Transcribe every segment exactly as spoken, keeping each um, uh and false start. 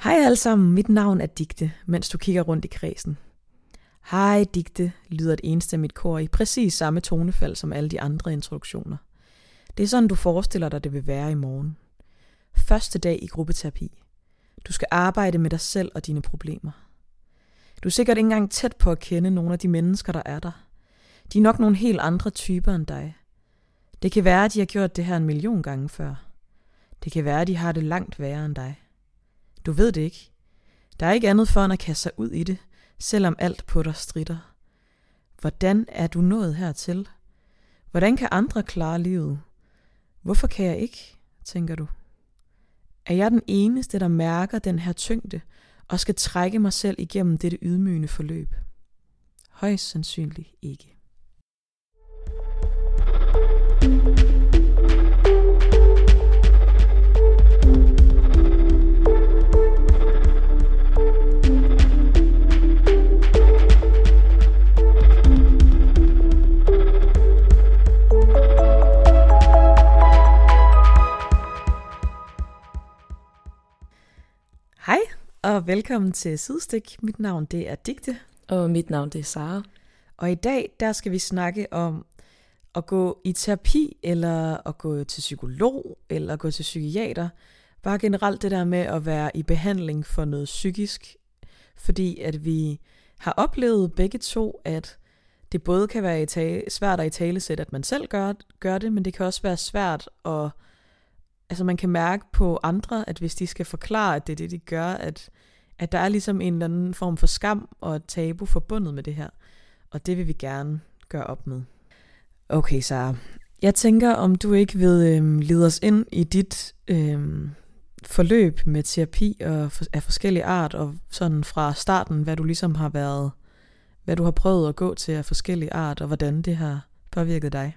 Hej alle sammen, mit navn er Digte, mens du kigger rundt i kredsen. Hej Digte, lyder et enstemmigt kor i præcis samme tonefald som alle de andre introduktioner. Det er sådan, du forestiller dig, det vil være i morgen. Første dag i gruppeterapi. Du skal arbejde med dig selv og dine problemer. Du er sikkert ikke engang tæt på at kende nogle af de mennesker, der er der. De er nok nogle helt andre typer end dig. Det kan være, at de har gjort det her en million gange før. Det kan være, at de har det langt værre end dig. Du ved det ikke. Der er ikke andet for end at kaste sig ud i det, selvom alt på dig stritter. Hvordan er du nået hertil? Hvordan kan andre klare livet? Hvorfor kan jeg ikke, tænker du? Er jeg den eneste, der mærker den her tyngde og skal trække mig selv igennem dette ydmygende forløb? Højst sandsynligt ikke. Hej og velkommen til Sidestik. Mit navn det er Digte. Og mit navn det er Sara. Og i dag der skal vi snakke om at gå i terapi, eller at gå til psykolog, eller at gå til psykiater. Bare generelt det der med at være i behandling for noget psykisk. Fordi at vi har oplevet begge to, at det både kan være i tale, svært at italesætte, at man selv gør, gør det, men det kan også være svært at... Altså man kan mærke på andre, at hvis de skal forklare, at det er det, de gør, at, at der er ligesom en eller anden form for skam og tabu forbundet med det her. Og det vil vi gerne gøre op med. Okay, Sara. Jeg tænker, om du ikke vil øhm, lede os ind i dit øhm, forløb med terapi og for, af forskellige art, og sådan fra starten, hvad du ligesom har været, hvad du har prøvet at gå til af forskellige art, og hvordan det har påvirket dig.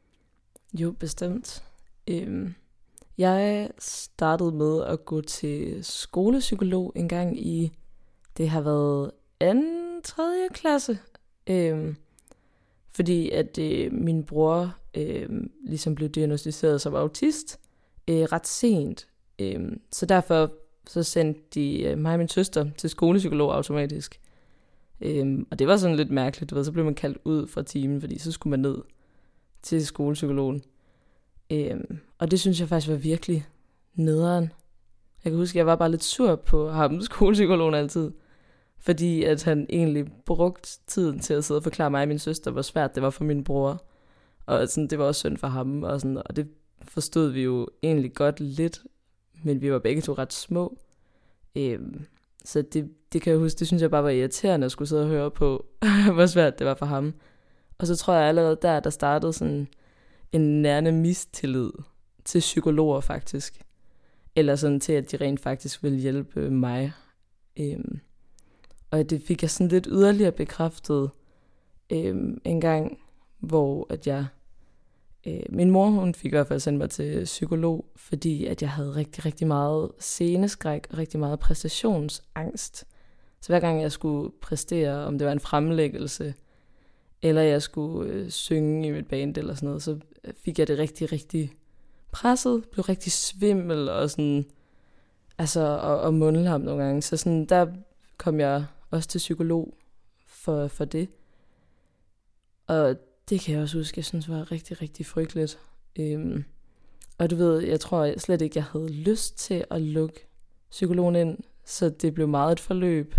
Jo, bestemt. Øhm, jeg startede med at gå til skolepsykolog en gang i, det har været anden, tredje klasse. Øhm, fordi at øh, min bror øh, ligesom blev diagnosticeret som autist øh, ret sent. Øh, så derfor så sendte de øh, mig og min søster til skolepsykolog automatisk. Øh, og det var sådan lidt mærkeligt, du ved, så blev man kaldt ud fra timen, fordi så skulle man ned til skolepsykologen. Øh, og det synes jeg faktisk var virkelig nederen. Jeg kan huske, at jeg var bare lidt sur på ham, skolepsykologen altid. Fordi at han egentlig brugte tiden til at sidde og forklare mig og min søster, hvor svært det var for min bror. Og sådan, det var også synd for ham. Og, sådan, og det forstod vi jo egentlig godt lidt. Men vi var begge to ret små. Øhm, så det, det kan jeg huske, det synes jeg bare var irriterende at skulle sidde og høre på, hvor svært det var for ham. Og så tror jeg allerede der, der startede sådan en nærende mistillid til psykologer faktisk. Eller sådan til, at de rent faktisk ville hjælpe mig. Øhm, Og det fik jeg sådan lidt yderligere bekræftet øhm, en gang, hvor at jeg, øh, min mor hun fik i hvert fald sendt mig til psykolog, fordi at jeg havde rigtig, rigtig meget sceneskræk og rigtig meget præstationsangst. Så hver gang jeg skulle præstere, om det var en fremlæggelse, eller jeg skulle øh, synge i mit band eller sådan noget, så fik jeg det rigtig, rigtig presset, blev rigtig svimmel og sådan, altså, og, og mundlam nogle gange. Så sådan, der kom jeg også til psykolog for, for det. Og det kan jeg også huske, jeg synes var rigtig, rigtig frygteligt. Øhm, og du ved, jeg tror slet ikke, jeg havde lyst til at lukke psykologen ind, så det blev meget et forløb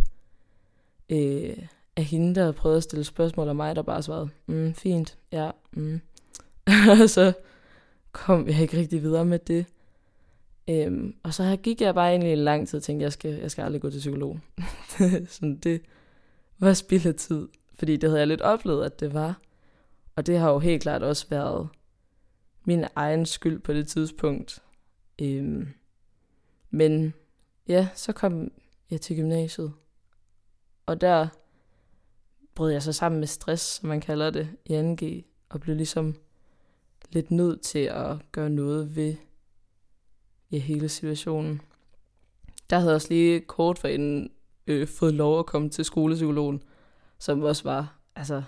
øh, af hende, der prøvede at stille spørgsmål, og mig, der bare svarede, mm, fint, ja, mm. Og så kom jeg ikke rigtig videre med det. Øhm, og så gik jeg bare egentlig en lang tid og tænkte, jeg skal, jeg skal aldrig gå til psykolog. Sådan, det var spild af tid, fordi det havde jeg lidt oplevet, at det var. Og det har jo helt klart også været min egen skyld på det tidspunkt. Øhm, men ja, så kom jeg til gymnasiet. Og der brød jeg så sammen med stress, som man kalder det, i anden G, og blev ligesom lidt nødt til at gøre noget ved i hele situationen. Der havde jeg også lige kort forinden øh, fået lov at komme til skolepsykologen, som også var, altså,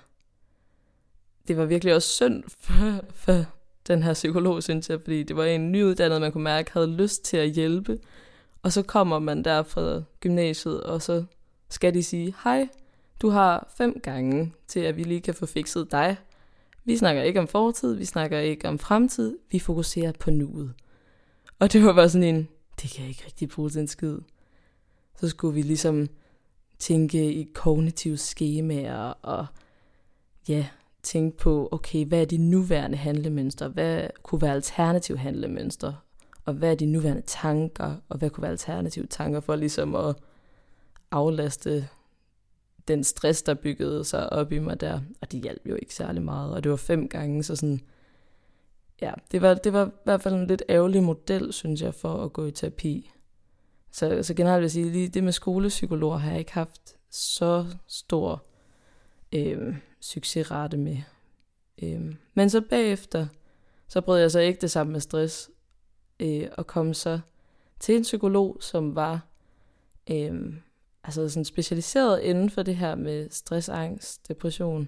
det var virkelig også synd for, for den her psykolog, synes jeg, fordi det var en nyuddannet, man kunne mærke, havde lyst til at hjælpe, Og så kommer man der fra gymnasiet, og så skal de sige, hej, du har fem gange til, at vi lige kan få fikset dig. Vi snakker ikke om fortid, vi snakker ikke om fremtid, vi fokuserer på nuet. Og det var bare sådan en, det kan jeg ikke rigtig bruge til en skid. Så skulle vi ligesom tænke i kognitive skemaer, og ja, tænke på, okay, hvad er de nuværende handlemønstre? Hvad kunne være alternative handlemønstre? Og hvad er de nuværende tanker? Og hvad kunne være alternative tanker for ligesom at aflaste den stress, der byggede sig op i mig der? Og det hjalp jo ikke særlig meget. Og det var fem gange, så sådan, ja, det var, det var i hvert fald en lidt ærgerlig model, synes jeg, for at gå i terapi. Så, så generelt vil jeg sige, lige det med skolepsykologer har jeg ikke haft så stor øh, succesrate med. Øh. Men så bagefter, så brød jeg så ikke det samme med stress, øh, og kom så til en psykolog, som var øh, altså sådan specialiseret inden for det her med stress, angst, depression.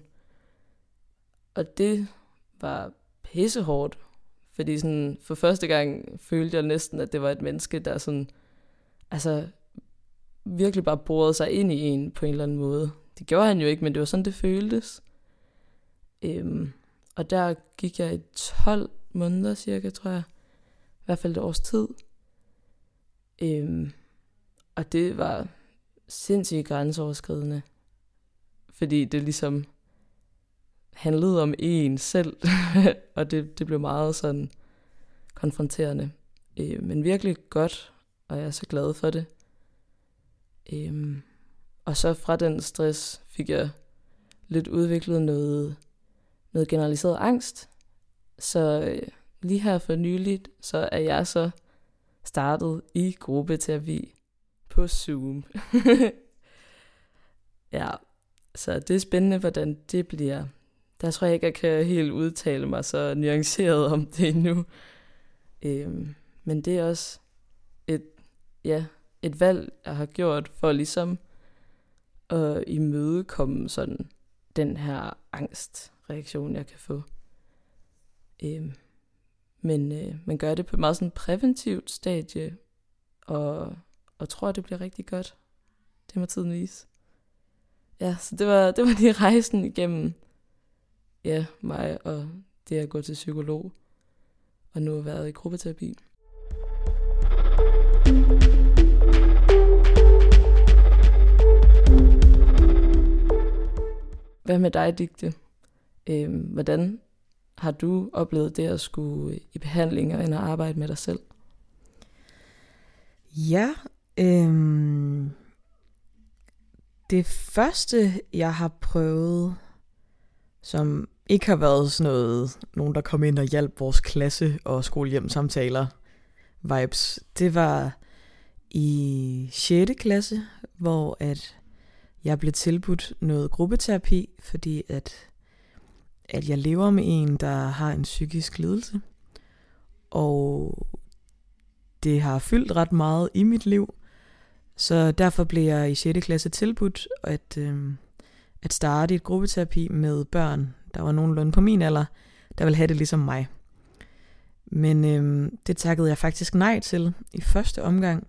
Og det var pissehårdt, fordi sådan for første gang følte jeg næsten, at det var et menneske, der sådan, altså virkelig bare borede sig ind i en på en eller anden måde. Det gjorde han jo ikke, men det var sådan, det føltes. Øhm, og der gik jeg i tolv måneder cirka, tror jeg. I hvert fald et års tid. Øhm, og det var sindssygt grænseoverskridende. Fordi det ligesom handlede om en selv. Og det, det blev meget sådan konfronterende. Øh, men virkelig godt, og jeg er så glad for det. Øhm, og så fra den stress fik jeg lidt udviklet noget, noget generaliseret angst. Så øh, lige her for nyligt, så er jeg så startet i gruppeterapi på Zoom. Ja, så det er spændende, hvordan det bliver. Der tror jeg ikke, jeg kan helt udtale mig så nuanceret om det endnu. Øhm, men det er også et, ja, et valg, jeg har gjort for ligesom at imødekomme sådan den her angstreaktion, jeg kan få. Øhm, men øh, man gør det på et meget sådan præventivt stadie, og, og tror, det bliver rigtig godt. Det må tiden vise. Ja, så det var, det var lige rejsen igennem ja, mig og det at gå til psykolog, og nu har været i gruppeterapi. Hvad med dig, Dicte? Øhm, hvordan har du oplevet det at skulle i behandling og ind og arbejde med dig selv? Ja, øhm, det første, jeg har prøvet, som ikke har været sådan noget, nogen der kom ind og hjalp vores klasse og skolehjemsamtaler vibes, det var i sjette klasse, hvor at jeg blev tilbudt noget gruppeterapi, fordi at, at jeg lever med en, der har en psykisk lidelse, og det har fyldt ret meget i mit liv, så derfor blev jeg i sjette klasse tilbudt at, øh, at starte et gruppeterapi med børn, der var nogenlunde på min alder, der ville have det ligesom mig. Men øh, det takkede jeg faktisk nej til i første omgang.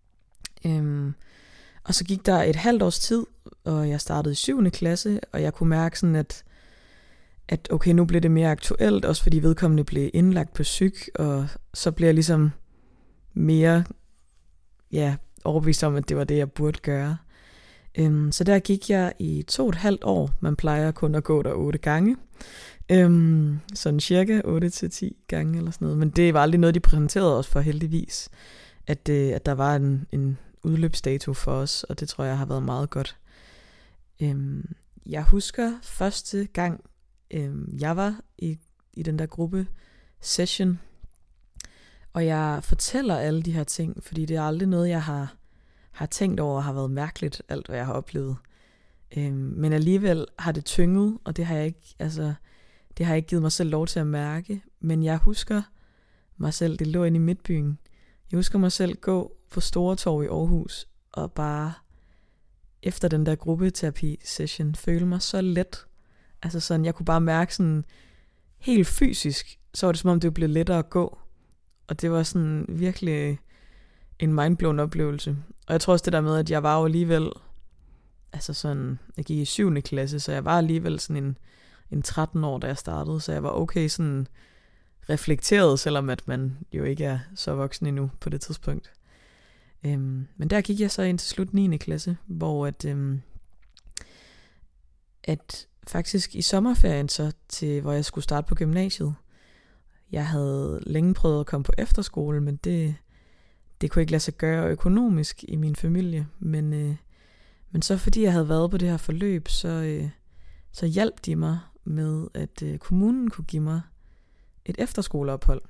Øh, og så gik der et halvt års tid, og jeg startede i syvende klasse, og jeg kunne mærke sådan, at, at okay, nu blev det mere aktuelt, også fordi vedkommende blev indlagt på psyk, og så blev jeg ligesom mere ja, overbevist om, at det var det, jeg burde gøre. Øhm, så der gik jeg i to og et halvt år. Man plejer kun at gå der otte gange. Øhm, sådan cirka otte til ti gange eller sådan noget. Men det var aldrig noget, de præsenterede os for, heldigvis. At, øh, at der var en, en udløbsdato for os, og det tror jeg har været meget godt. Øhm, jeg husker første gang, øhm, jeg var i, i den der gruppe session, og jeg fortæller alle de her ting, fordi det er aldrig noget, jeg har, har tænkt over, og har været mærkeligt, alt hvad jeg har oplevet. Øhm, men alligevel har det tynget, og det har jeg ikke, altså, det har jeg ikke givet mig selv lov til at mærke. Men jeg husker mig selv, det lå inde i midtbyen. Jeg husker mig selv gå på Storetorv i Aarhus, og bare efter den der gruppeterapi-session, føle mig så let. Altså sådan, jeg kunne bare mærke sådan, helt fysisk, så var det som om det blev lettere at gå. Og det var sådan virkelig en mindblown oplevelse. Og jeg tror også det der med, at jeg var jo alligevel, altså sådan, jeg gik i syvende klasse, så jeg var alligevel sådan en, en tretten år, da jeg startede, så jeg var okay sådan reflekteret, selvom at man jo ikke er så voksen endnu på det tidspunkt. Øhm, men der gik jeg så ind til slut niende klasse, hvor at, øhm, at faktisk i sommerferien så, til, hvor jeg skulle starte på gymnasiet, jeg havde længe prøvet at komme på efterskole, men det, det kunne ikke lade sig gøre økonomisk i min familie. Men, øh, men så fordi jeg havde været på det her forløb, så, øh, så hjalp de mig med, at øh, kommunen kunne give mig et efterskoleophold.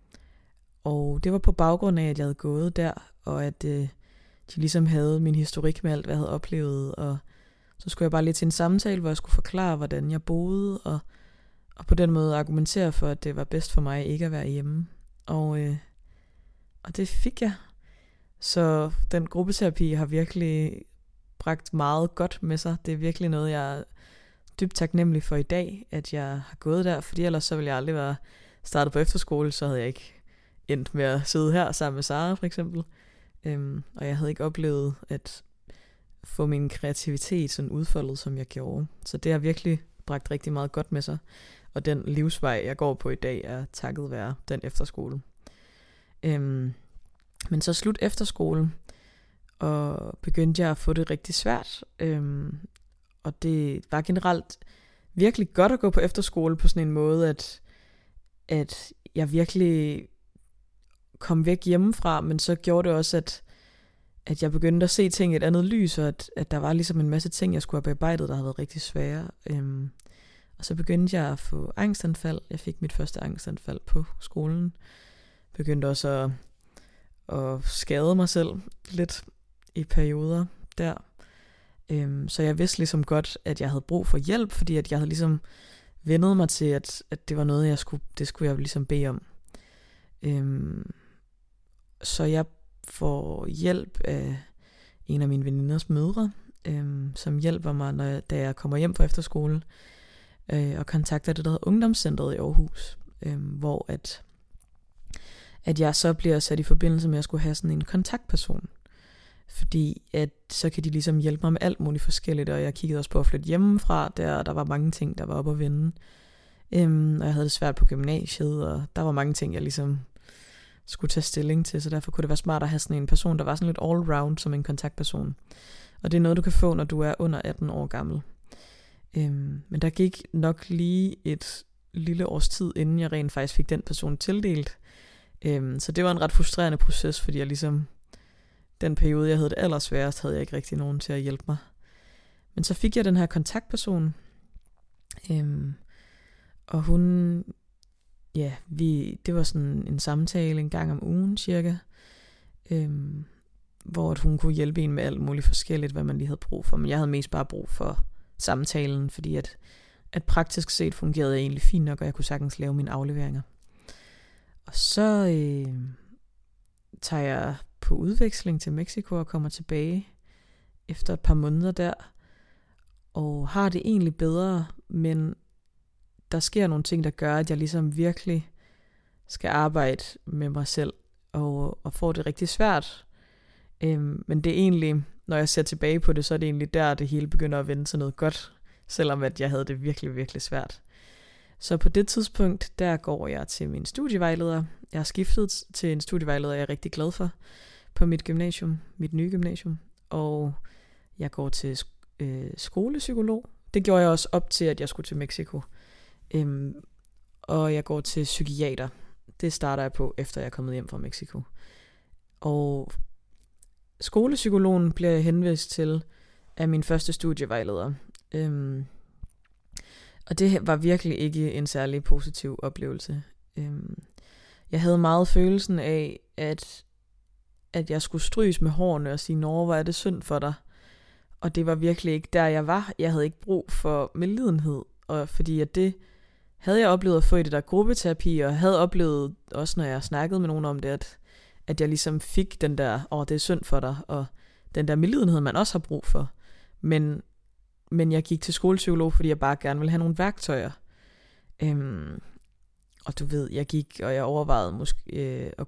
Og det var på baggrund af, at jeg havde gået der, og at øh, de ligesom havde min historik med alt, hvad jeg havde oplevet. Og så skulle jeg bare lige til en samtale, hvor jeg skulle forklare, hvordan jeg boede, og, og på den måde argumentere for, at det var bedst for mig ikke at være hjemme. Og, øh, og det fik jeg. Så den gruppeterapi har virkelig bragt meget godt med sig. Det er virkelig noget, jeg er dybt taknemmelig for i dag, at jeg har gået der, fordi ellers så ville jeg aldrig være startet på efterskole, så havde jeg ikke endt med at sidde her sammen med Sara for eksempel. Øhm, og jeg havde ikke oplevet at få min kreativitet sådan udfoldet, som jeg gjorde. Så det har virkelig bragt rigtig meget godt med sig. Og den livsvej, jeg går på i dag, er takket være den efterskole. Øhm, men så slut efterskole, og begyndte jeg at få det rigtig svært. Øhm, og det var generelt virkelig godt at gå på efterskole på sådan en måde, at, at jeg virkelig kom væk hjemmefra, men så gjorde det også, at, at jeg begyndte at se ting i et andet lys, og at, at der var ligesom en masse ting, jeg skulle have bearbejdet, der havde været rigtig svære. Øhm, og så begyndte jeg at få angstanfald. Jeg fik mit første angstanfald på skolen. Begyndte også at, at skade mig selv lidt i perioder der. Øhm, så jeg vidste ligesom godt, at jeg havde brug for hjælp, fordi at jeg havde ligesom vendet mig til, at, at det var noget, jeg skulle, det skulle jeg ligesom bede om. Øhm, så jeg får hjælp af en af mine veninders mødre, øhm, som hjælper mig, når jeg, da jeg kommer hjem fra efterskole, øh, og kontakter det, der hedder Ungdomscentret i Aarhus, øh, hvor at, at jeg så bliver sat i forbindelse med at skulle have sådan en kontaktperson. Fordi at så kan de ligesom hjælpe mig med alt muligt forskelligt, og jeg kiggede også på at flytte hjemmefra der, og der var mange ting, der var oppe at vende. Øhm, og jeg havde det svært på gymnasiet, og der var mange ting, jeg ligesom skulle tage stilling til, så derfor kunne det være smart at have sådan en person, der var sådan lidt all-round som en kontaktperson. Og det er noget, du kan få, når du er under atten år gammel. Øhm, men der gik nok lige et lille års tid, inden jeg rent faktisk fik den person tildelt. Øhm, så det var en ret frustrerende proces, fordi jeg ligesom, den periode, jeg havde det allersværest, havde jeg ikke rigtig nogen til at hjælpe mig. Men så fik jeg den her kontaktperson, øhm, og hun, ja, vi, det var sådan en samtale en gang om ugen cirka, øhm, hvor at hun kunne hjælpe en med alt muligt forskelligt, hvad man lige havde brug for. Men jeg havde mest bare brug for samtalen, fordi at, at praktisk set fungerede jeg egentlig fint nok, og jeg kunne sagtens lave mine afleveringer. Og så øh, tager jeg på udveksling til Mexico og kommer tilbage efter et par måneder der, og har det egentlig bedre, men der sker nogle ting, der gør, at jeg ligesom virkelig skal arbejde med mig selv, og, og får det rigtig svært. Øhm, men det er egentlig, når jeg ser tilbage på det, så er det egentlig der, det hele begynder at vende til noget godt, selvom at jeg havde det virkelig, virkelig svært. Så på det tidspunkt, der går jeg til min studievejleder. Jeg har skiftet til en studievejleder, jeg er rigtig glad for, på mit gymnasium, mit nye gymnasium. Og jeg går til øh, skolepsykolog. Det gjorde jeg også op til, at jeg skulle til Mexico. Øhm, og jeg går til psykiater. Det starter jeg på, efter jeg er kommet hjem fra Mexico. Og skolepsykologen bliver jeg henvist til af min første studievejleder. Øhm, og det var virkelig ikke en særlig positiv oplevelse. Øhm, jeg havde meget følelsen af, at, at jeg skulle stryges med hårene og sige, nå, hvor er det synd for dig. Og det var virkelig ikke der, jeg var. Jeg havde ikke brug for medlidenhed, og fordi at det havde jeg oplevet at få i det der gruppeterapi, og havde oplevet også, når jeg snakkede med nogen om det, at, at jeg ligesom fik den der, åh, det er synd for dig, og den der medlidenhed, man også har brug for. Men, men jeg gik til skolepsykolog, fordi jeg bare gerne ville have nogle værktøjer. Øhm, og du ved, jeg gik, og jeg overvejede måske øh, at gå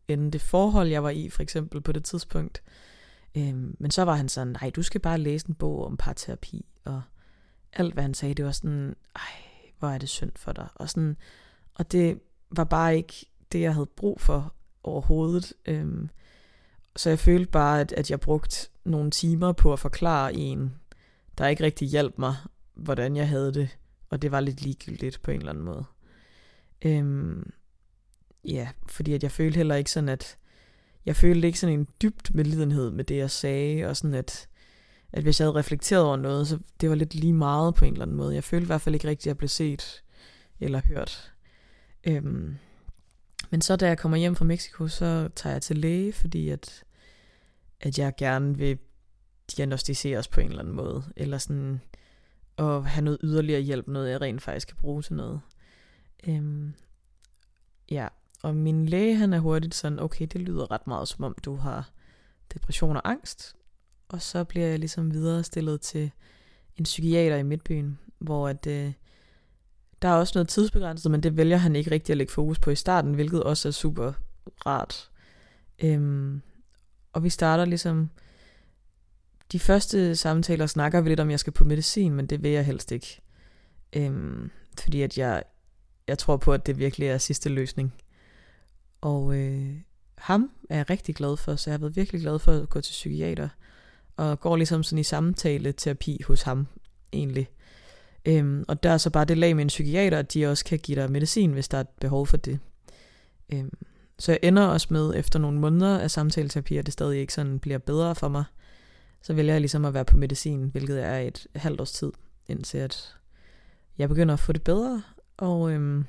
ende det forhold, jeg var i, for eksempel på det tidspunkt. Øhm, men så var han sådan, nej, du skal bare læse en bog om parterapi, og alt hvad han sagde, det var sådan, ej, hvor er det synd for dig. Og, sådan, og det var bare ikke det, jeg havde brug for overhovedet. Øhm, så jeg følte bare, at, at jeg brugte nogle timer på at forklare en, der ikke rigtig hjalp mig, hvordan jeg havde det. Og det var lidt ligegyldigt på en eller anden måde. Øhm, ja, fordi at jeg følte heller ikke sådan, at jeg følte ikke sådan en dybt medlidenhed med det, jeg sagde, og sådan at, at hvis jeg havde reflekteret over noget, så det var lidt lige meget på en eller anden måde. Jeg følte i hvert fald ikke rigtigt, at jeg blev set eller hørt. Øhm, men så da jeg kommer hjem fra Mexico, så tager jeg til læge, fordi at, at jeg gerne vil diagnostiseres på en eller anden måde, eller sådan at have noget yderligere hjælp, noget jeg rent faktisk kan bruge til noget. Øhm, ja, og min læge, han er hurtigt sådan, okay, det lyder ret meget som om du har depression og angst. Og så bliver jeg ligesom videre stillet til en psykiater i Midtbyen, hvor at, øh, der er også noget tidsbegrænset, men det vælger han ikke rigtig at lægge fokus på i starten, hvilket også er super rart. Øhm, og vi starter ligesom, de første samtaler snakker vi lidt om, jeg skal på medicin, men det vil jeg helst ikke. Øhm, fordi at jeg, jeg tror på, at det virkelig er sidste løsning. Og øh, ham er jeg rigtig glad for, så jeg har været virkelig glad for at gå til psykiater. Og går ligesom sådan i samtale-terapi hos ham, egentlig. Øhm, og der er så bare det lag med en psykiater, at de også kan give dig medicin, hvis der er et behov for det. Øhm, så jeg ender også med, efter nogle måneder af samtale-terapi, at det stadig ikke sådan bliver bedre for mig, så vælger jeg ligesom at være på medicin, hvilket er et halvt års tid, indtil at jeg begynder at få det bedre. Og, øhm,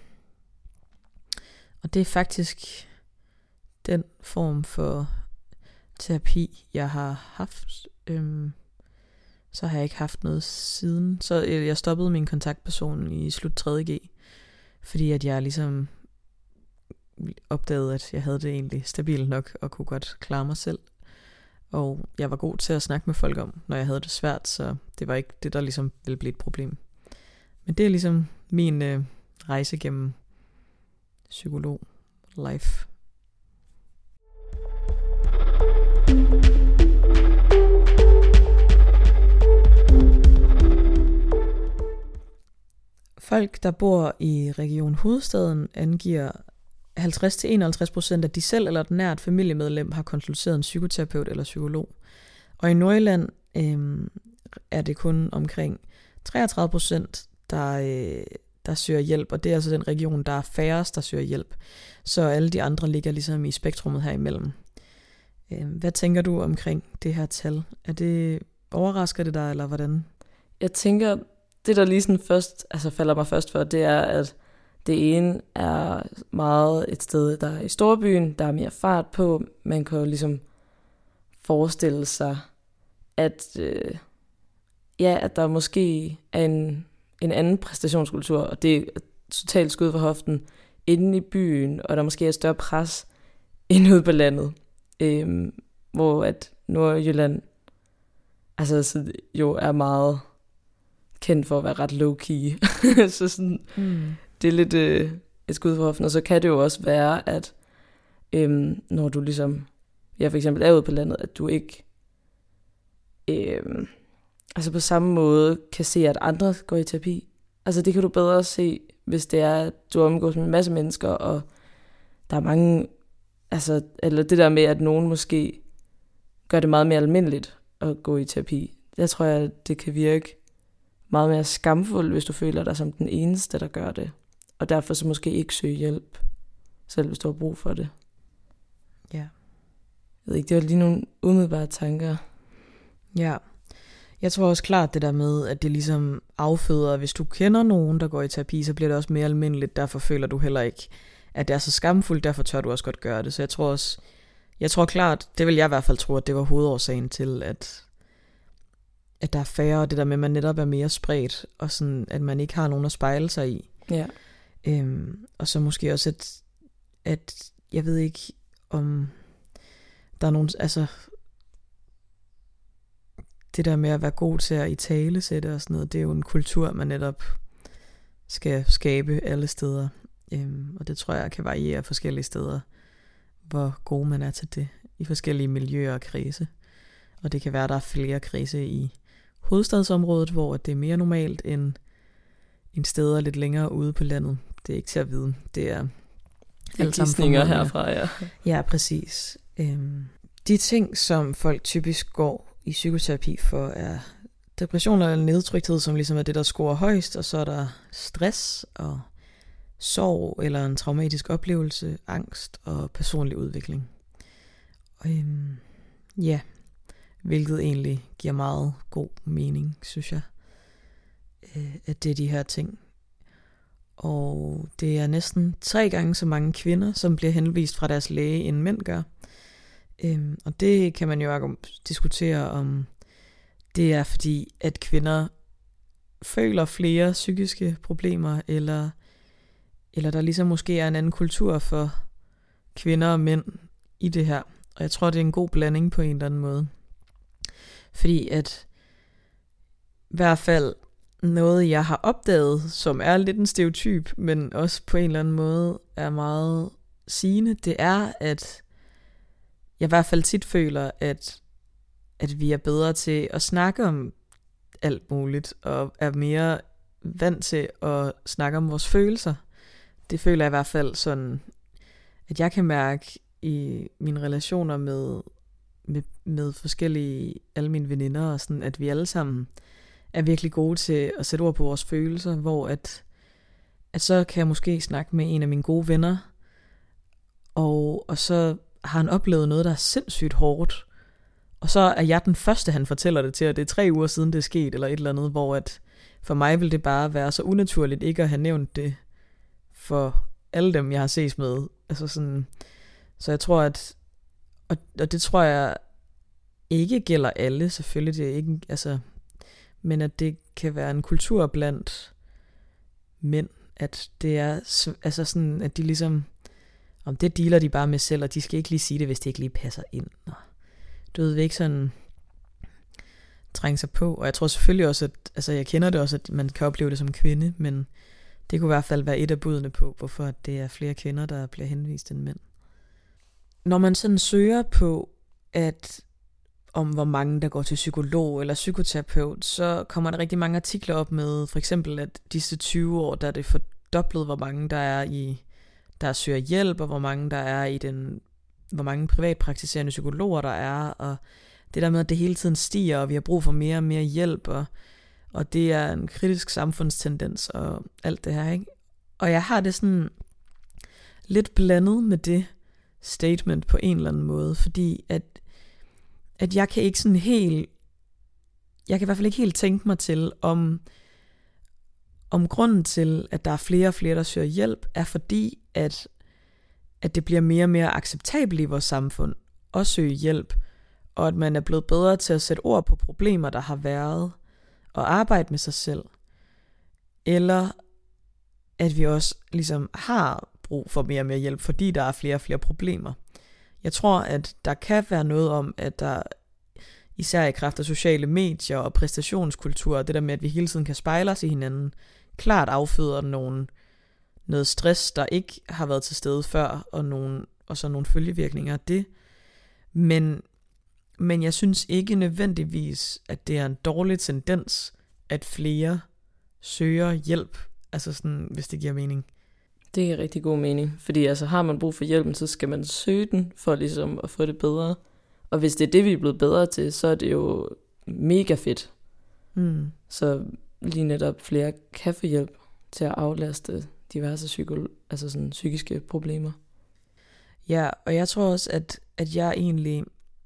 og det er faktisk den form for terapi, jeg har haft. Øhm, så har jeg ikke haft noget siden. Så jeg stoppede min kontaktperson i slut tredje G, fordi at jeg ligesom opdagede, at jeg havde det egentlig stabilt nok, og kunne godt klare mig selv. Og jeg var god til at snakke med folk om, når jeg havde det svært, så det var ikke det, der ligesom ville blive et problem. Men det er ligesom min øh, rejse gennem psykolog life. Folk, der bor i Region Hovedstaden, angiver halvtreds til enoghalvtreds procent af de selv eller et nært familiemedlem har konsulteret en psykoterapeut eller psykolog. Og i Nordjylland øh, er det kun omkring treogtredive procent, der, øh, der søger hjælp, og det er altså den region, der er færrest, der søger hjælp. Så alle de andre ligger ligesom i spektrummet her imellem. Øh, hvad tænker du omkring det her tal? Er det, overrasker det dig, eller hvordan? Jeg tænker, det der lige sådan først, altså falder mig først for, det er, at det ene er meget et sted, der er i storbyen, der er mere fart på. Man kan jo ligesom forestille sig, at, øh, ja, at der måske er en, en anden præstationskultur, og det er totalt skud for hoften inde i byen, og der måske er et større pres inde ude på landet, øh, hvor at Nordjylland altså, så jo er meget kendt for at være ret low-key. så sådan, mm. det er lidt øh, et skud for hoften, og så kan det jo også være, at øhm, når du ligesom, jeg for eksempel er ude på landet, at du ikke øhm, altså på samme måde kan se, at andre går i terapi. Altså det kan du bedre se, hvis det er, at du omgås med en masse mennesker, og der er mange, altså, eller det der med, at nogen måske gør det meget mere almindeligt at gå i terapi. Jeg tror, at det kan virke meget mere skamfuldt, hvis du føler dig som den eneste, der gør det. Og derfor så måske ikke søge hjælp, selv hvis du har brug for det. Ja. Jeg ved ikke, det var lige nogle umiddelbare tanker. Ja. Jeg tror også klart det der med, at det ligesom afføder, hvis du kender nogen, der går i terapi, så bliver det også mere almindeligt. Derfor føler du heller ikke, at det er så skamfuldt, derfor tør du også godt gøre det. Så jeg tror også, jeg tror klart, det vil jeg i hvert fald tro, at det var hovedårsagen til, at at der er færre, og det der med, at man netop er mere spredt, og sådan, at man ikke har nogen at spejle sig i. Ja. Øhm, og så måske også, at, at jeg ved ikke, om der er nogen, altså, det der med at være god til at italesætte og sådan noget, det er jo en kultur, man netop skal skabe alle steder. Øhm, og det tror jeg kan variere forskellige steder, hvor god man er til det i forskellige miljøer og kredse. Og det kan være, at der er flere kredse i hovedstadsområdet, hvor det er mere normalt end en steder lidt længere ude på landet. Det er ikke til at vide. Det er alt sammen herfra, ja. Ja, præcis. Øhm, de ting, som folk typisk går i psykoterapi for, er depression eller nedtrykthed, som ligesom er det, der scorer højst, og så er der stress og sorg eller en traumatisk oplevelse, angst og personlig udvikling. Og, øhm, ja, hvilket egentlig giver meget god mening, synes jeg, øh, at det er de her ting. Og det er næsten tre gange så mange kvinder, som bliver henvist fra deres læge, end mænd gør. Øhm, og det kan man jo diskutere om, det er fordi, at kvinder føler flere psykiske problemer, eller, eller der ligesom måske er en anden kultur for kvinder og mænd i det her. Og jeg tror, det er en god blanding på en eller anden måde. Fordi at i hvert fald noget, jeg har opdaget, som er lidt en stereotyp, men også på en eller anden måde er meget sigende, det er, at jeg i hvert fald tit føler, at, at vi er bedre til at snakke om alt muligt, og er mere vant til at snakke om vores følelser. Det føler jeg i hvert fald sådan, at jeg kan mærke i mine relationer med, med, med forskellige, alle mine veninder, og sådan, at vi alle sammen er virkelig gode til at sætte ord på vores følelser, hvor at, at så kan jeg måske snakke med en af mine gode venner, og, og så har han oplevet noget, der er sindssygt hårdt, og så er jeg den første, han fortæller det til, og det er tre uger siden, det er sket, eller et eller andet, hvor at for mig vil det bare være så unaturligt ikke at have nævnt det for alle dem, jeg har ses med. Altså sådan, så jeg tror, at, og, og det tror jeg ikke gælder alle, selvfølgelig, det er ikke, altså, men at det kan være en kultur blandt mænd, at det er, altså sådan, at de ligesom, om det dealer de bare med selv, og de skal ikke lige sige det, hvis det ikke lige passer ind. Og du ved ikke sådan trænge sig på, og jeg tror selvfølgelig også, at, altså jeg kender det også, at man kan opleve det som kvinde, men det kunne i hvert fald være et af budene på, hvorfor det er flere kvinder, der bliver henvist end mænd. Når man sådan søger på, at om hvor mange der går til psykolog eller psykoterapeut, så kommer der rigtig mange artikler op med, for eksempel at disse tyve år, der er det fordoblet, hvor mange der er i, der søger hjælp, og hvor mange der er i den, hvor mange privatpraktiserende psykologer der er, og det der med, at det hele tiden stiger, og vi har brug for mere og mere hjælp, og, og det er en kritisk samfundstendens, og alt det her, ikke? Og jeg har det sådan lidt blandet med det statement på en eller anden måde, fordi at at jeg kan ikke sådan helt, jeg kan i hvert fald ikke helt tænke mig til, om, om grunden til, at der er flere og flere, der søger hjælp, er fordi, at, at det bliver mere og mere acceptabelt i vores samfund at søge hjælp, og at man er blevet bedre til at sætte ord på problemer, der har været, og arbejde med sig selv. Eller at vi også ligesom har brug for mere og mere hjælp, fordi der er flere og flere problemer. Jeg tror, at der kan være noget om, at der især i kraft af sociale medier og præstationskultur, det der med, at vi hele tiden kan spejle os i hinanden, klart afføder nogen, noget stress, der ikke har været til stede før, og, nogle, og så nogle følgevirkninger af det. Men, men jeg synes ikke nødvendigvis, at det er en dårlig tendens, at flere søger hjælp, altså sådan, hvis det giver mening. Det er rigtig god mening, fordi altså har man brug for hjælpen, så skal man søge den for ligesom at få det bedre. Og hvis det er det, vi er blevet bedre til, så er det jo mega fedt. Mm. Så lige netop flere kan få hjælp til at aflaste diverse psyko- altså sådan psykiske problemer. Ja, og jeg tror også, at, at jeg egentlig,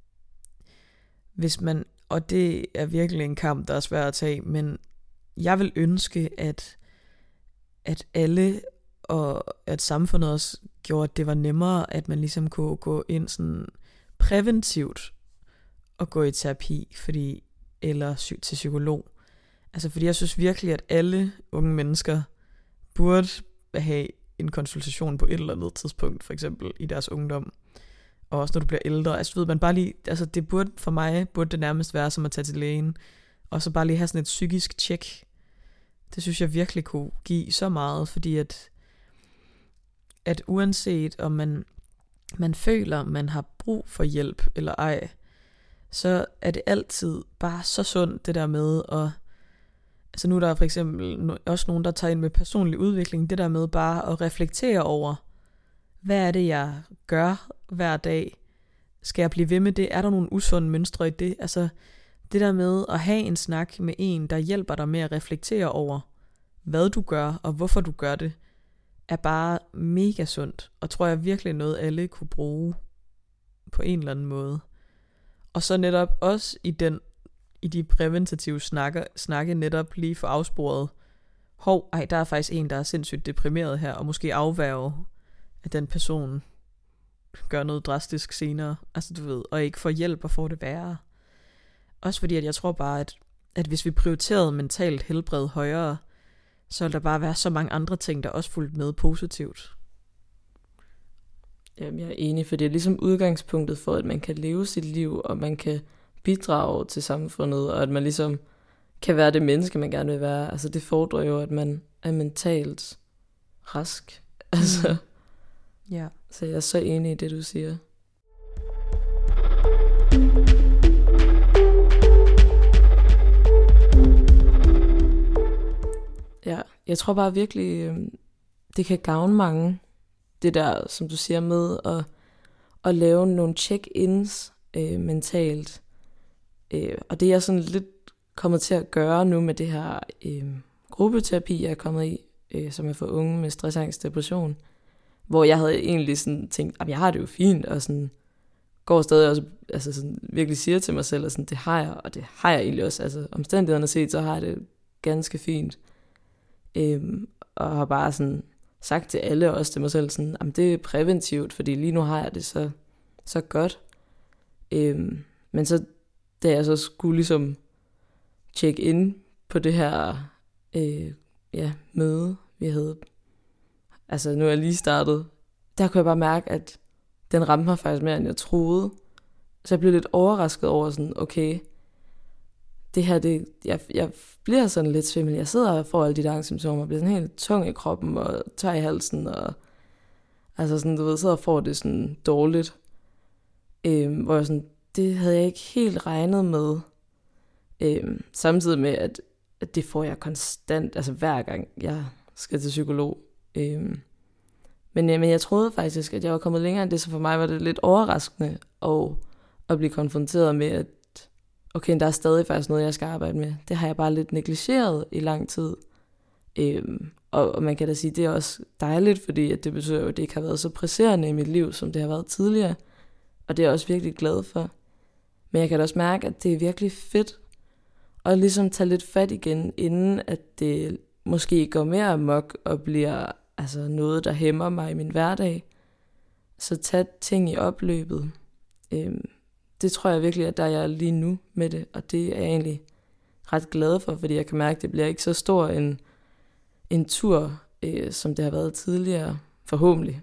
hvis man, og det er virkelig en kamp, der er svær at tage, men jeg vil ønske, at, at alle, og at samfundet også gjorde, at det var nemmere, at man ligesom kunne gå ind sådan præventivt og gå i terapi, fordi, eller psy- til psykolog. Altså fordi jeg synes virkelig, at alle unge mennesker burde have en konsultation på et eller andet tidspunkt, for eksempel i deres ungdom, og også når du bliver ældre. Altså ved man bare lige, altså det burde for mig, burde det nærmest være som at tage til lægen, og så bare lige have sådan et psykisk tjek. Det synes jeg virkelig kunne give så meget, fordi at, at uanset om man man føler, man har brug for hjælp eller ej, så er det altid bare så sundt det der med at, altså nu er der for eksempel også nogen, der tager ind med personlig udvikling, det der med bare at reflektere over, hvad er det, jeg gør hver dag? Skal jeg blive ved med det? Er der nogle usunde mønstre i det? Altså det der med at have en snak med en, der hjælper dig med at reflektere over, hvad du gør og hvorfor du gør det, er bare mega sundt, og tror jeg virkelig noget, alle kunne bruge på en eller anden måde. Og så netop også i den i de præventative snakke, snakke netop lige for afsporet, hov, ej, der er faktisk en, der er sindssygt deprimeret her, og måske afværge, at den person gør noget drastisk senere, altså du ved, og ikke får hjælp og får det værre. Også fordi, at jeg tror bare, at, at hvis vi prioriterede mentalt helbred højere, så vil der bare være så mange andre ting, der også fulgt med positivt. Jamen, jeg er enig, for det er ligesom udgangspunktet for, at man kan leve sit liv, og man kan bidrage til samfundet, og at man ligesom kan være det menneske, man gerne vil være. Altså det fordrer jo, at man er mentalt rask. Altså, ja. Så jeg er så enig i det, du siger. Ja, jeg tror bare virkelig, det kan gavne mange, det der, som du siger, med at, at lave nogle check-ins øh, mentalt. Øh, og det er jeg sådan lidt kommet til at gøre nu med det her øh, gruppeterapi, jeg er kommet i, øh, som er for unge med stress, angst, depression. Hvor jeg havde egentlig sådan tænkt, at jeg har det jo fint, og sådan går stadig også, altså sådan virkelig siger til mig selv, at sådan, det har jeg, og det har jeg egentlig også. Altså omstændighederne set, så har jeg det ganske fint. Øhm, og har bare sådan sagt til alle, og også til mig selv, sådan, at det er præventivt, fordi lige nu har jeg det så, så godt. Øhm, men så, da jeg så skulle ligesom tjekke ind på det her øh, ja, møde, vi havde, altså nu er jeg lige startet, der kunne jeg bare mærke, at den ramte mig faktisk mere, end jeg troede. Så jeg blev lidt overrasket over sådan, okay, det her, det, jeg, jeg bliver sådan lidt svimmel. Jeg sidder og får alle de der angstsymptomer, bliver sådan helt tung i kroppen og tør i halsen, og altså sådan, du ved, sidder og får det sådan dårligt. Øhm, hvor jeg sådan, det havde jeg ikke helt regnet med. Øhm, samtidig med, at, at det får jeg konstant, altså hver gang jeg skal til psykolog. Øhm, men, men jeg troede faktisk, at jeg var kommet længere end det, så for mig var det lidt overraskende at, at blive konfronteret med, at okay, der er stadig faktisk noget, jeg skal arbejde med. Det har jeg bare lidt negligeret i lang tid. Øhm, og, og man kan da sige, det er også dejligt, fordi at det betyder jo, at det ikke har været så presserende i mit liv, som det har været tidligere. Og det er jeg også virkelig glad for. Men jeg kan da også mærke, at det er virkelig fedt at ligesom tage lidt fat igen, inden at det måske går mere amok og bliver altså noget, der hæmmer mig i min hverdag. Så tag ting i opløbet. Øhm, Det tror jeg virkelig, at der er jeg lige nu med det, og det er jeg egentlig ret glad for, fordi jeg kan mærke, at det bliver ikke så stor en, en tur, øh, som det har været tidligere, forhåbentlig.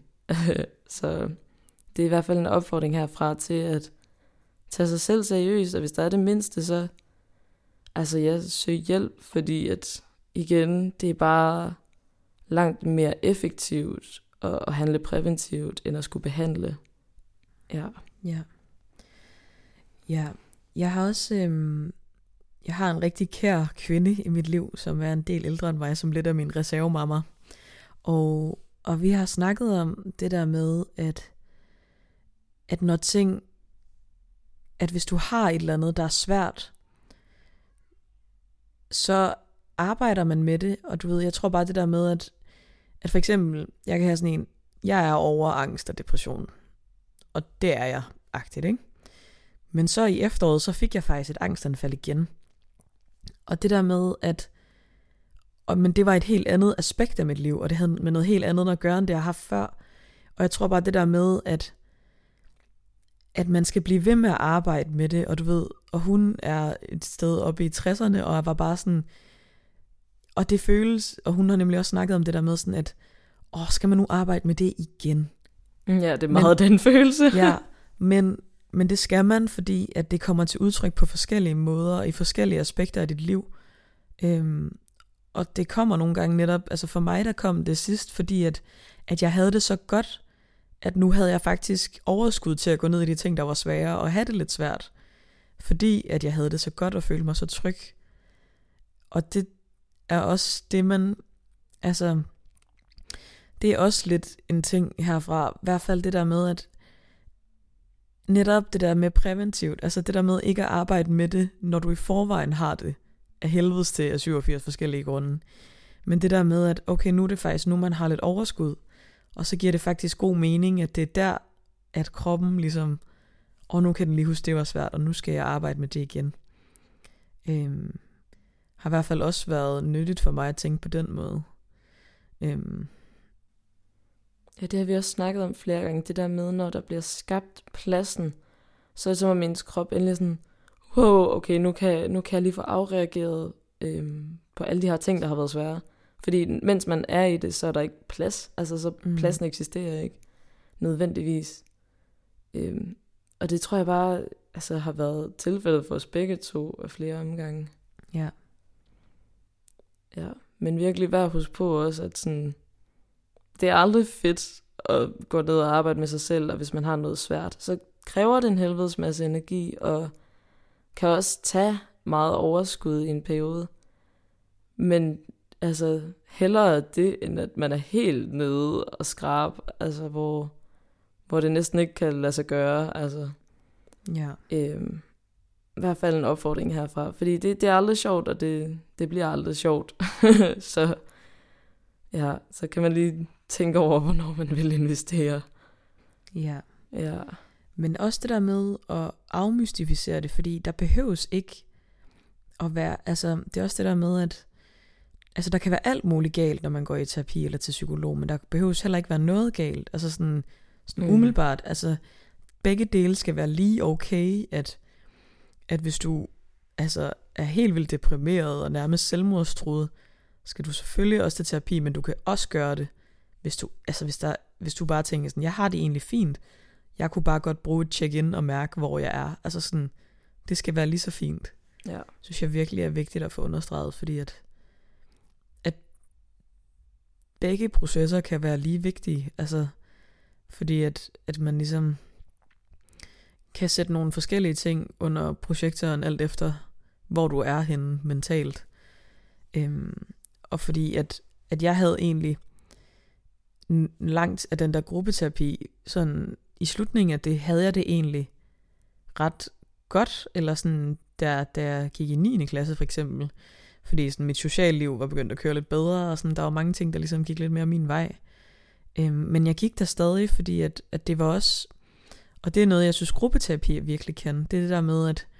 Så det er i hvert fald en opfordring herfra til at tage sig selv seriøst, og hvis der er det mindste, så altså jeg søger hjælp, fordi at igen, det er bare langt mere effektivt at, at handle præventivt, end at skulle behandle. Ja. Ja. Ja, jeg har også øhm, jeg har en rigtig kær kvinde i mit liv, som er en del ældre end mig, som lidt af min reservemamma. Og, og vi har snakket om det der med, at, at når ting, at hvis du har et eller andet, der er svært, så arbejder man med det. Og du ved, jeg tror bare det der med, at, at for eksempel, jeg kan have sådan en, jeg er over angst og depression. Og det er jeg agtigt, ikke? Men så i efteråret, så fik jeg faktisk et angstanfald igen. Og det der med, at og, men det var et helt andet aspekt af mit liv, og det havde med noget helt andet at gøre, end det jeg har haft før. Og jeg tror bare det der med, at, at man skal blive ved med at arbejde med det, og du ved, og hun er et sted oppe i tresserne, og jeg var bare sådan, og det føles, og hun har nemlig også snakket om det der med sådan, at åh, skal man nu arbejde med det igen? Ja, det er meget men, den følelse. Ja, men Men det skal man, fordi at det kommer til udtryk på forskellige måder, i forskellige aspekter af dit liv. Øhm, og det kommer nogle gange netop, altså for mig der kom det sidst, fordi at, at jeg havde det så godt, at nu havde jeg faktisk overskud til at gå ned i de ting, der var svære, og have det lidt svært, fordi at jeg havde det så godt og følte mig så tryg. Og det er også det, man, altså, det er også lidt en ting herfra, i hvert fald det der med, at netop det der med præventivt, altså det der med ikke at arbejde med det, når du i forvejen har det, af helvedes til af syvogfirs forskellige grunde. Men det der med, at okay, nu er det faktisk nu, man har lidt overskud, og så giver det faktisk god mening, at det er der, at kroppen ligesom, og nu kan den lige huske, det var svært, og nu skal jeg arbejde med det igen. Øhm, har i hvert fald også været nyttigt for mig at tænke på den måde. Øhm. Ja, det har vi også snakket om flere gange, det der med, når der bliver skabt pladsen, så er det som om ens krop endelig sådan, wow, okay, nu kan, nu kan jeg lige få afreageret øhm, på alle de her ting, der har været svære. Fordi mens man er i det, så er der ikke plads. Altså, så mm. pladsen eksisterer ikke nødvendigvis. Øhm, og det tror jeg bare altså, har været tilfældet for os begge to af flere omgange. Ja. Ja, men virkelig værd at huske på også, at sådan, det er aldrig fedt at gå ned og arbejde med sig selv, og hvis man har noget svært, så kræver det en helvedes masse energi, og kan også tage meget overskud i en periode. Men altså, hellere det, end at man er helt nede og skrab, altså hvor, hvor det næsten ikke kan lade sig gøre. Altså, ja. øhm, i hvert fald en opfordring herfra, fordi det, det er aldrig sjovt, og det, det bliver aldrig sjovt. så, ja, så kan man lige tænke over, hvornår man vil investere. Ja. Ja. Men også det der med at afmystificere det, fordi der behøves ikke at være, altså det er også det der med, at altså der kan være alt muligt galt, når man går i terapi eller til psykolog, men der behøves heller ikke være noget galt, altså sådan, sådan mm. umiddelbart, altså begge dele skal være lige okay, at, at hvis du altså er helt vildt deprimeret og nærmest selvmordstruet, skal du selvfølgelig også til terapi, men du kan også gøre det, hvis du, altså hvis, der, hvis du bare tænker sådan, jeg har det egentlig fint, jeg kunne bare godt bruge et check-in og mærke, hvor jeg er, altså sådan, det skal være lige så fint. Ja. Synes jeg virkelig er vigtigt at få understreget, fordi at at begge processer kan være lige vigtige, altså fordi at, at man ligesom kan sætte nogle forskellige ting under projektoren, alt efter hvor du er henne mentalt. Øhm, og fordi at, at jeg havde egentlig langt af den der gruppeterapi, sådan i slutningen af det, havde jeg det egentlig ret godt, eller sådan, da, da jeg gik i niende klasse for eksempel, fordi sådan, mit socialliv var begyndt at køre lidt bedre, og sådan, der var mange ting, der ligesom gik lidt mere min vej. Øhm, men jeg gik der stadig, fordi at, at det var også, og det er noget, jeg synes gruppeterapi virkelig kan, det er det der med, at,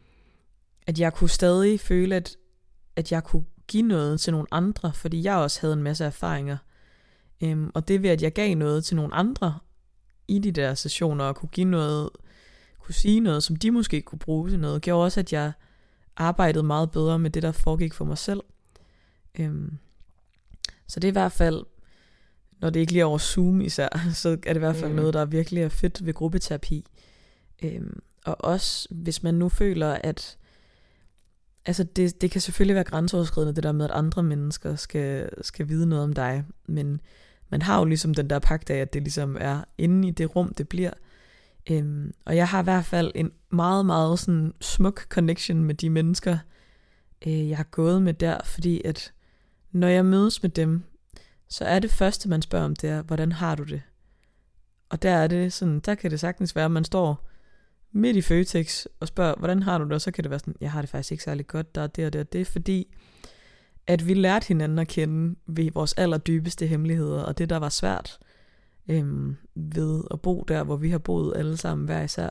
at jeg kunne stadig føle, at, at jeg kunne give noget til nogle andre, fordi jeg også havde en masse erfaringer. Øhm, og det ved, at jeg gav noget til nogle andre i de der sessioner, og kunne give noget, kunne sige noget, som de måske kunne bruge til noget, gjorde også, at jeg arbejdede meget bedre med det, der foregik for mig selv. Øhm, så det er i hvert fald, når det ikke lige er over Zoom især, så er det i hvert fald mm. noget, der virkelig er fedt ved gruppeterapi. Øhm, og også, hvis man nu føler, at altså det, det kan selvfølgelig være grænseoverskridende, det der med, at andre mennesker skal, skal vide noget om dig, men man har jo ligesom den der pagt af, at det ligesom er inde i det rum, det bliver. Øhm, og jeg har i hvert fald en meget, meget sådan smuk connection med de mennesker, øh, jeg har gået med der, fordi at når jeg mødes med dem, så er det første, man spørger om, det er, hvordan har du det? Og der er det sådan, der kan det sagtens være, at man står midt i Føtex og spørger, hvordan har du det? Og så kan det være sådan, jeg har det faktisk ikke særlig godt, der er det og det og det, fordi at vi lærte hinanden at kende ved vores allerdybeste hemmeligheder, og det der var svært øhm, ved at bo der, hvor vi har boet alle sammen hver især.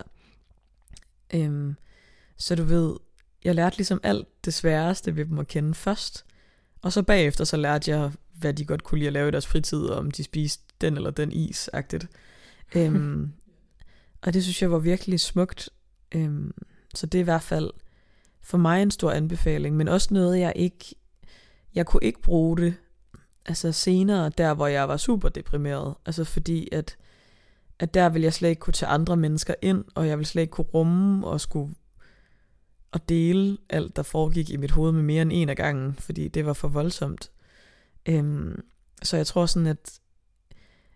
Øhm, så du ved, jeg lærte ligesom alt det sværeste ved dem at kende først, og så bagefter så lærte jeg, hvad de godt kunne lide at lave i deres fritid, og om de spiste den eller den is-agtigt. øhm, og det synes jeg var virkelig smukt. Øhm, så det er i hvert fald for mig en stor anbefaling, men også noget, jeg ikke, jeg kunne ikke bruge det, altså senere, der hvor jeg var super deprimeret, altså fordi at, at der ville jeg slet ikke kunne tage andre mennesker ind, og jeg ville slet ikke kunne rumme og skulle og dele alt, der foregik i mit hoved med mere end en af gangen, fordi det var for voldsomt. Øhm, så jeg tror sådan, at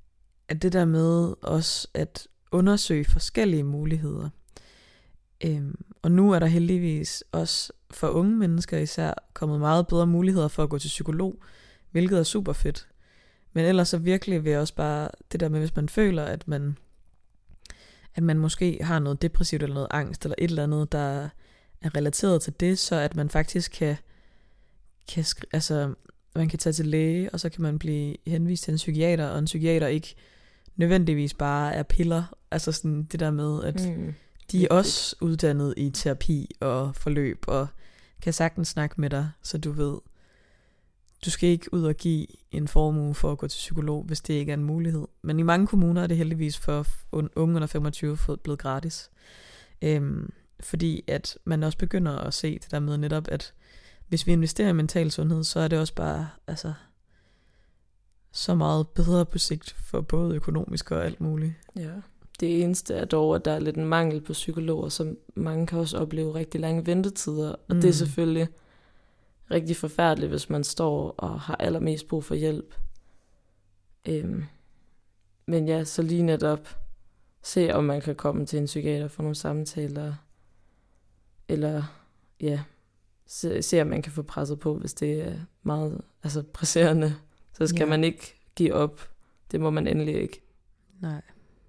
at det der med også at undersøge forskellige muligheder. Øhm, og nu er der heldigvis også for unge mennesker især kommet meget bedre muligheder for at gå til psykolog, hvilket er super fedt. Men ellers så virkelig vil jeg også bare, det der med, hvis man føler, at man, at man måske har noget depressivt eller noget angst, eller et eller andet, der er relateret til det, så at man faktisk kan, kan skri- altså, man kan tage til læge, og så kan man blive henvist til en psykiater, og en psykiater ikke nødvendigvis bare er piller. Altså sådan det der med, at mm. de er også uddannet i terapi og forløb, og kan sagtens snakke med dig, så du ved, du skal ikke ud og give en formue for at gå til psykolog, hvis det ikke er en mulighed. Men i mange kommuner er det heldigvis for unge under femogtyve blevet gratis. Øhm, fordi at man også begynder at se det der med netop, at hvis vi investerer i mental sundhed, så er det også bare altså, så meget bedre på sigt for både økonomisk og alt muligt. Ja. Det eneste er dog, at der er lidt en mangel på psykologer, så mange kan også opleve rigtig lange ventetider. Og mm. det er selvfølgelig rigtig forfærdeligt, hvis man står og har allermest brug for hjælp. Øhm. Men ja, så lige netop se, om man kan komme til en psykiater for nogle samtaler. Eller ja, se, se om man kan få presset på, hvis det er meget altså, presserende. Så skal ja. man ikke give op. Det må man endelig ikke. Nej.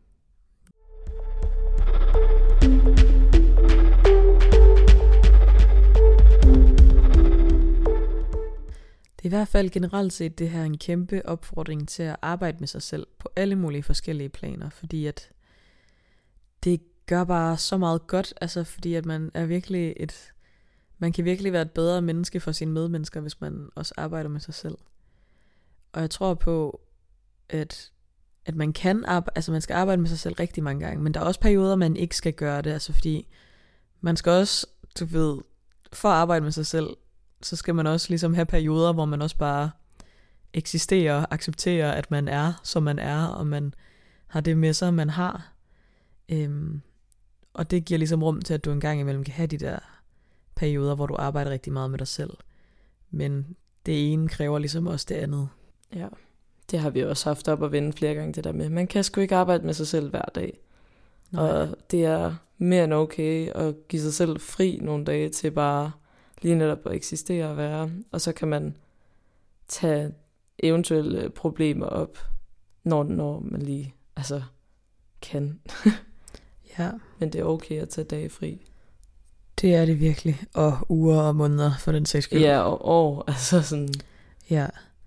Det er i hvert fald generelt set det her en kæmpe opfordring til at arbejde med sig selv på alle mulige forskellige planer, fordi at det gør bare så meget godt, altså fordi at man er virkelig et, man kan virkelig være et bedre menneske for sine medmennesker, hvis man også arbejder med sig selv. Og jeg tror på, at, at man kan arbejde, altså man skal arbejde med sig selv rigtig mange gange, men der er også perioder, man ikke skal gøre det, altså fordi man skal også, du ved, for at arbejde med sig selv, så skal man også ligesom have perioder, hvor man også bare eksisterer og accepterer, at man er, som man er, og man har det med sig, man har. Øhm, og det giver ligesom rum til, at du engang imellem kan have de der perioder, hvor du arbejder rigtig meget med dig selv. Men det ene kræver ligesom også det andet. Ja, det har vi også haft op at vende flere gange, det der med. Man kan sgu ikke arbejde med sig selv hver dag. Nej. Og det er mere end okay at give sig selv fri nogle dage til bare lige netop at eksistere og være. Og så kan man tage eventuelle problemer op, når, når man lige altså kan. Ja. Men det er okay at tage dage fri. Det er det virkelig. Og uger og måneder for den sags skyld. Ja, og år. Altså sådan. Ja.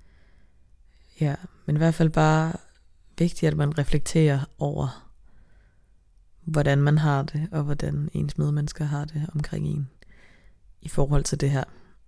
Ja, men i hvert fald bare vigtigt, at man reflekterer over, hvordan man har det, og hvordan ens medmennesker har det omkring en, i forhold til det her.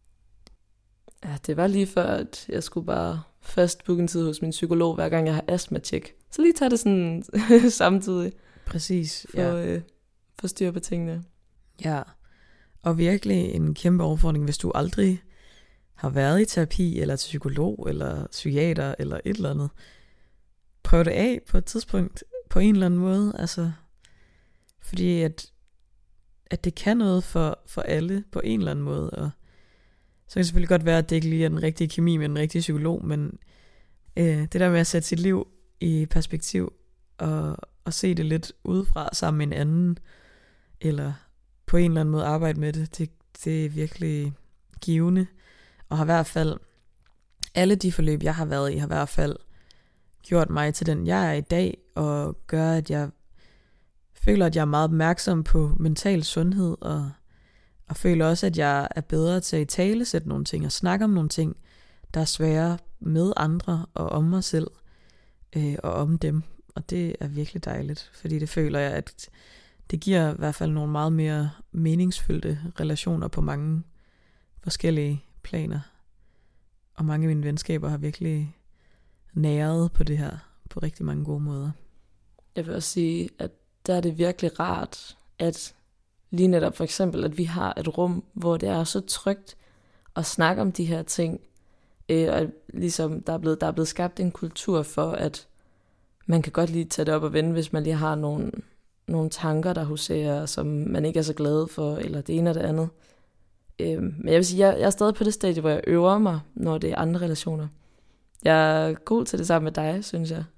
Ja, det var lige før, at jeg skulle bare fast booke en tid hos min psykolog, hver gang jeg har astma-tjek. Så lige tage det sådan samtidig. Præcis, for, ja. Øh, for styr på tingene. Ja, og virkelig en kæmpe overfordring, hvis du aldrig har været i terapi, eller til psykolog, eller psykiater, eller et eller andet. Prøv det af på et tidspunkt, på en eller anden måde, altså, fordi at, at det kan noget for, for alle, på en eller anden måde, og så kan det selvfølgelig godt være, at det ikke lige er den rigtige kemi med den rigtige psykolog, men øh, det der med at sætte sit liv i perspektiv, og, og se det lidt udefra sammen med en anden, eller på en eller anden måde arbejde med det, det, det er virkelig givende, og har i hvert fald, alle de forløb, jeg har været i, har i hvert fald gjort mig til den, jeg er i dag, og gør, at jeg føler, at jeg er meget opmærksom på mental sundhed, og, og føler også, at jeg er bedre til at italesætte nogle ting, og snakke om nogle ting, der er svære med andre, og om mig selv, øh, og om dem. Og det er virkelig dejligt, fordi det føler jeg, at det giver i hvert fald nogle meget mere meningsfyldte relationer på mange forskellige planer. Og mange af mine venskaber har virkelig næret på det her, på rigtig mange gode måder. Jeg vil også sige, at der er det virkelig rart, at lige netop for eksempel, at vi har et rum, hvor det er så trygt at snakke om de her ting. Øh, og ligesom der er, blevet, der er blevet skabt en kultur for, at man kan godt lige tage det op og vende, hvis man lige har nogle, nogle tanker, der huserer, som man ikke er så glad for, eller det ene eller det andet. Øh, men jeg vil sige, jeg, jeg er stadig på det stadie, hvor jeg øver mig, når det er andre relationer. Jeg er god til det sammen med dig, synes jeg.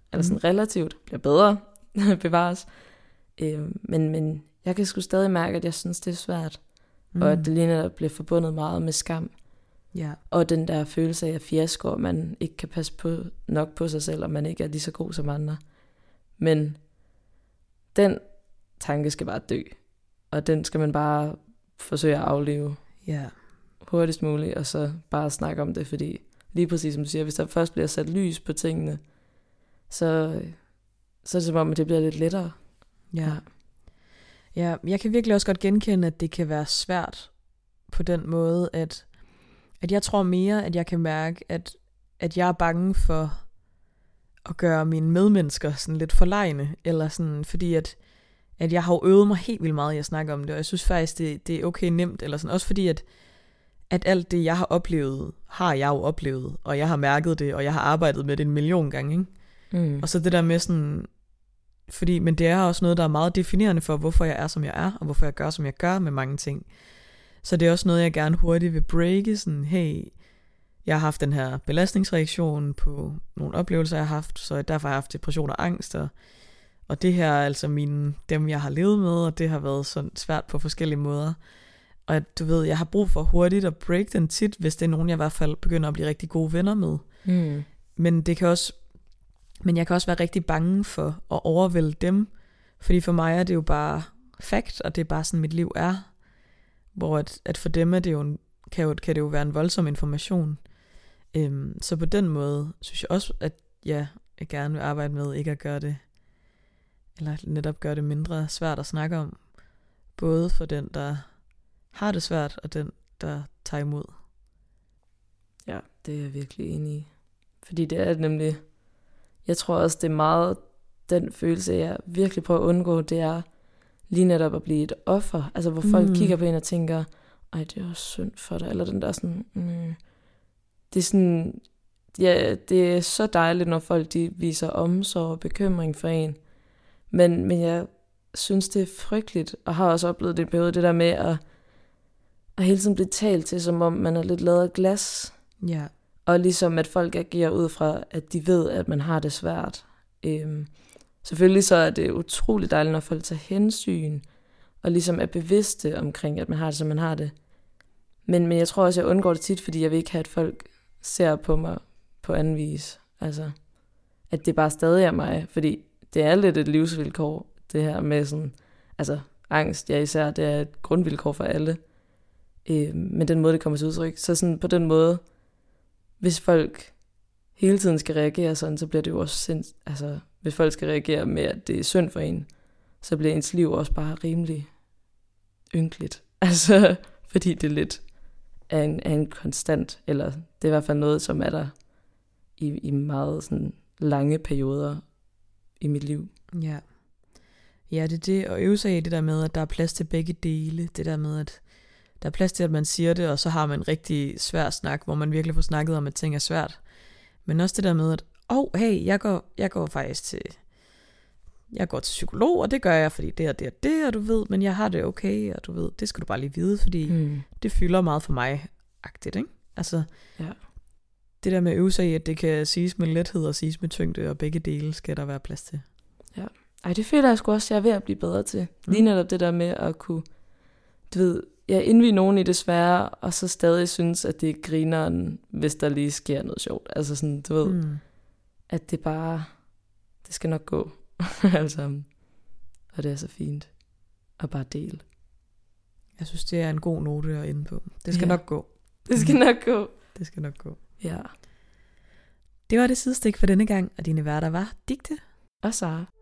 eller sådan relativt, bliver bedre, bevares. Øh, men, men jeg kan sgu stadig mærke, at jeg synes, det er svært, mm. og at det lige netop bliver forbundet meget med skam. Ja. Og den der følelse af fiasko, at man ikke kan passe på, nok på sig selv, og man ikke er lige så god som andre. Men den tanke skal bare dø, og den skal man bare forsøge at afleve ja. hurtigst muligt, og så bare snakke om det, fordi lige præcis som du siger, hvis der først bliver sat lys på tingene, så, så er det som om, at det bliver lidt lettere. Ja. Ja, jeg kan virkelig også godt genkende, at det kan være svært på den måde, at, at jeg tror mere, at jeg kan mærke, at, at jeg er bange for at gøre mine medmennesker sådan lidt forlegne, eller sådan, fordi at, at jeg har jo øvet mig helt vildt meget i at snakke om det, og jeg synes faktisk, det, det er okay nemt, eller sådan, også fordi at, at alt det, jeg har oplevet, har jeg jo oplevet, og jeg har mærket det, og jeg har arbejdet med det en million gange, ikke? Mm. Og så det der med sådan, fordi, men det er også noget, der er meget definerende for, hvorfor jeg er, som jeg er, og hvorfor jeg gør, som jeg gør med mange ting. Så det er også noget, jeg gerne hurtigt vil breake, sådan, hey, jeg har haft den her belastningsreaktion på nogle oplevelser, jeg har haft, så derfor har jeg haft depression og angst, og, og det her er altså mine, dem, jeg har levet med, og det har været sådan svært på forskellige måder. Og du ved, jeg har brug for hurtigt at break den tit, hvis det er nogen, jeg i hvert fald begynder at blive rigtig gode venner med. Mm. Men det kan også, men jeg kan også være rigtig bange for at overvælde dem, fordi for mig er det jo bare fakt, og det er bare sådan, mit liv er. Hvor at, at for dem er det jo en, kan, jo, kan det jo være en voldsom information. Øhm, så på den måde synes jeg også, at ja, jeg gerne vil arbejde med ikke at gøre det, eller netop gøre det mindre svært at snakke om. Både for den, der har det svært, og den, der tager imod. Ja, det er jeg virkelig enig i. Fordi det er nemlig, jeg tror også, det er meget den følelse, jeg virkelig prøver at undgå, det er lige netop at blive et offer. Altså hvor folk mm. kigger på en og tænker, ej, det er også synd for dig. Eller den der sådan, mm. det er sådan, ja, det er så dejligt, når folk de viser omsorg og bekymring for en. Men, men jeg synes, det er frygteligt, og har også oplevet det i periode, det der med at, at hele tiden blive talt til, som om man er lidt lavet af glas. Ja. Og ligesom at folk agerer ud fra, at de ved, at man har det svært. Øhm, selvfølgelig så er det utroligt dejligt, når folk tager hensyn, og ligesom er bevidste omkring, at man har det, som man har det. Men, men jeg tror også, jeg undgår det tit, fordi jeg vil ikke have, at folk ser på mig på anden vis. Altså, at det bare stadig er mig, fordi det er lidt et livsvilkår, det her med sådan, altså angst, ja især, det er et grundvilkår for alle. Øh, men den måde, det kommer til udtryk. Så sådan på den måde, hvis folk hele tiden skal reagere sådan, så bliver det jo også sinds, altså hvis folk skal reagere med, at det er synd for en, så bliver ens liv også bare rimelig ynkeligt. Altså, fordi det er lidt af en, af en konstant, eller det er i hvert fald noget, som er der i, i meget sådan lange perioder i mit liv. Ja. Ja, det er det, og øve sig i det der med, at der er plads til begge dele. Det der med, at der er plads til, at man siger det, og så har man en rigtig svær snak, hvor man virkelig får snakket om, at ting er svært. Men også det der med, at åh, oh, hey, jeg går, jeg går faktisk til, jeg går til psykolog, og det gør jeg, fordi det og det og det, og du ved, men jeg har det okay, og du ved, det skal du bare lige vide, fordi mm. det fylder meget for mig, agtigt, ikke? Altså, ja. Det der med at øve sig i, at det kan siges med lethed og siges med tyngde, og begge dele skal der være plads til. Ja. Ej, det føler jeg sgu også, jeg er ved at blive bedre til. Mm. Lige netop det der med at kunne, du ved, jeg indviger nogen i det svære, og så stadig synes, at det er grineren, hvis der lige sker noget sjovt. Altså sådan, du ved, mm. at det bare, det skal nok gå. Altså, og det er så fint at bare dele. Jeg synes, det er en god note at ende på. Det skal ja. nok gå. Det skal nok gå. Det skal nok gå. Ja. Det var det sidestik for denne gang, og dine værter var Dicte og Sara.